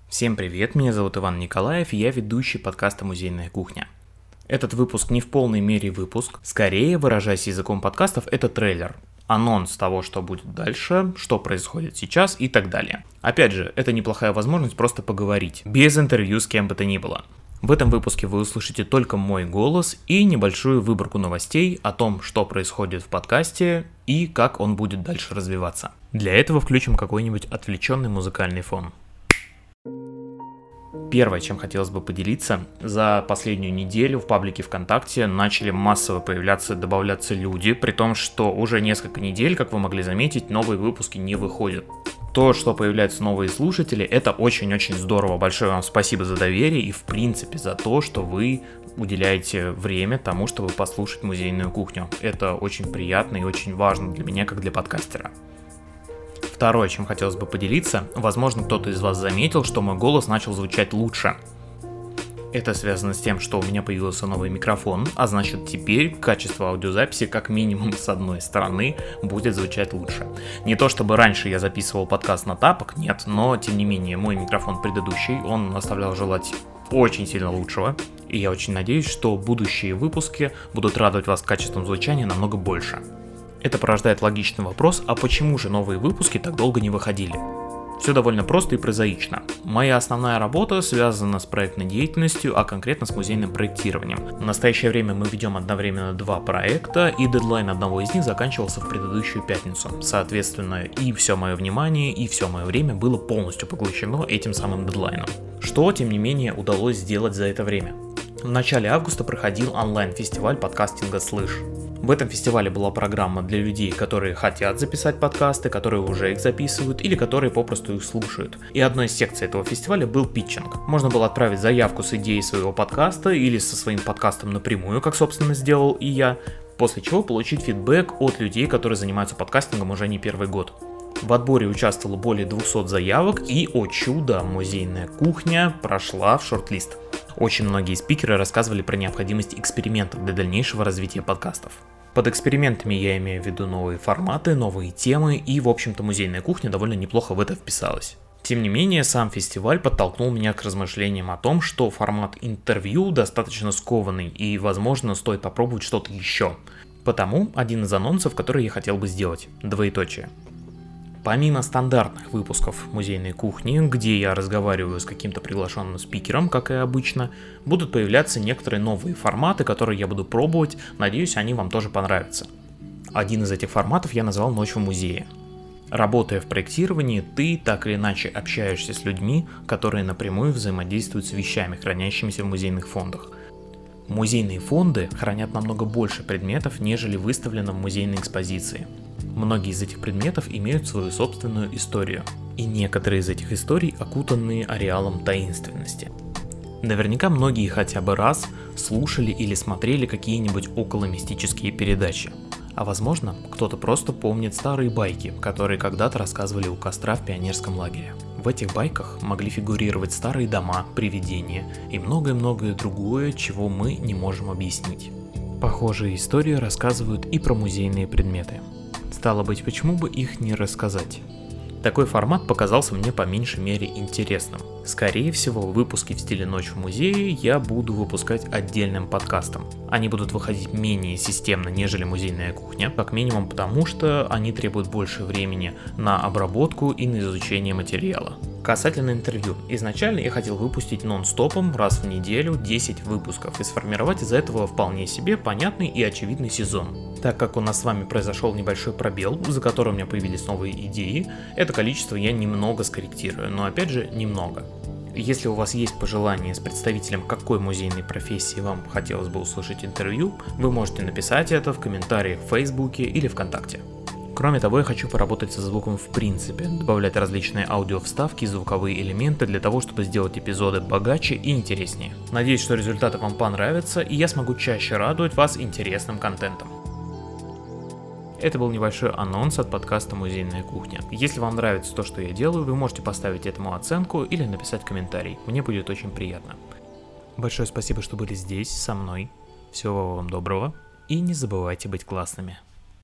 Всем привет, меня зовут Иван Николаев, и я ведущий подкаста «Музейная кухня». Этот выпуск не в полной мере выпуск, скорее, выражаясь языком подкастов, это трейлер. Анонс того, что будет дальше, что происходит сейчас и так далее. Опять же, это неплохая возможность просто поговорить, без интервью с кем бы то ни было. В этом выпуске вы услышите только мой голос и небольшую выборку новостей о том, что происходит в подкасте и как он будет дальше развиваться. Для этого включим какой-нибудь отвлеченный музыкальный фон. Первое, чем хотелось бы поделиться, за последнюю неделю в паблике ВКонтакте начали массово добавляться люди, при том, что уже несколько недель, как вы могли заметить, новые выпуски не выходят. То, что появляются новые слушатели, это очень-очень здорово. Большое вам спасибо за доверие и, в принципе, за то, что вы уделяете время тому, чтобы послушать музейную кухню. Это очень приятно и очень важно для меня, как для подкастера. Второе, чем хотелось бы поделиться, возможно, кто-то из вас заметил, что мой голос начал звучать лучше. Это связано с тем, что у меня появился новый микрофон, а значит теперь качество аудиозаписи как минимум с одной стороны будет звучать лучше. Не то чтобы раньше я записывал подкаст на тапок, нет, но тем не менее мой микрофон предыдущий, он оставлял желать очень сильно лучшего, и я очень надеюсь, что будущие выпуски будут радовать вас качеством звучания намного больше. Это порождает логичный вопрос, а почему же новые выпуски так долго не выходили? Все довольно просто и прозаично. Моя основная работа связана с проектной деятельностью, а конкретно с музейным проектированием. В настоящее время мы ведем одновременно два проекта, и дедлайн одного из них заканчивался в предыдущую пятницу. Соответственно, и все мое внимание, и все мое время было полностью поглощено этим самым дедлайном. Что, тем не менее, удалось сделать за это время? В начале августа проходил онлайн-фестиваль подкастинга «Слышь». В этом фестивале была программа для людей, которые хотят записать подкасты, которые уже их записывают или которые попросту их слушают. И одной из секций этого фестиваля был питчинг. Можно было отправить заявку с идеей своего подкаста или со своим подкастом напрямую, как собственно сделал и я, после чего получить фидбэк от людей, которые занимаются подкастингом уже не первый год. В отборе участвовало более 200 заявок, и, о чудо, музейная кухня прошла в шорт-лист. Очень многие спикеры рассказывали про необходимость экспериментов для дальнейшего развития подкастов. Под экспериментами я имею в виду новые форматы, новые темы, и, в общем-то, музейная кухня довольно неплохо в это вписалась. Тем не менее, сам фестиваль подтолкнул меня к размышлениям о том, что формат интервью достаточно скованный, и, возможно, стоит попробовать что-то еще. Потому один из анонсов, который я хотел бы сделать, двоеточие. Помимо стандартных выпусков музейной кухни, где я разговариваю с каким-то приглашенным спикером, как и обычно, будут появляться некоторые новые форматы, которые я буду пробовать, надеюсь, они вам тоже понравятся. Один из этих форматов я назвал «Ночь в музее». Работая в проектировании, ты так или иначе общаешься с людьми, которые напрямую взаимодействуют с вещами, хранящимися в музейных фондах. Музейные фонды хранят намного больше предметов, нежели выставлено в музейной экспозиции. Многие из этих предметов имеют свою собственную историю, и некоторые из этих историй окутаны ареалом таинственности. Наверняка многие хотя бы раз слушали или смотрели какие-нибудь околомистические передачи, а возможно, кто-то просто помнит старые байки, которые когда-то рассказывали у костра в пионерском лагере. В этих байках могли фигурировать старые дома, привидения и многое-многое другое, чего мы не можем объяснить. Похожие истории рассказывают и про музейные предметы. Стало быть, почему бы их не рассказать? Такой формат показался мне по меньшей мере интересным. Скорее всего, выпуски в стиле «Ночь в музее» я буду выпускать отдельным подкастом. Они будут выходить менее системно, нежели музейная кухня, как минимум потому, что они требуют больше времени на обработку и на изучение материала. Касательно интервью. Изначально я хотел выпустить нон-стопом раз в неделю 10 выпусков и сформировать из этого вполне себе понятный и очевидный сезон. Так как у нас с вами произошел небольшой пробел, за которым у меня появились новые идеи, это количество я немного скорректирую, но опять же немного. Если у вас есть пожелание с представителем какой музейной профессии вам хотелось бы услышать интервью, вы можете написать это в комментариях в Фейсбуке или ВКонтакте. Кроме того, я хочу поработать со звуком в принципе, добавлять различные аудиовставки и звуковые элементы для того, чтобы сделать эпизоды богаче и интереснее. Надеюсь, что результаты вам понравятся, и я смогу чаще радовать вас интересным контентом. Это был небольшой анонс от подкаста «Музейная кухня». Если вам нравится то, что я делаю, вы можете поставить этому оценку или написать комментарий. Мне будет очень приятно. Большое спасибо, что были здесь, со мной. Всего вам доброго и не забывайте быть классными.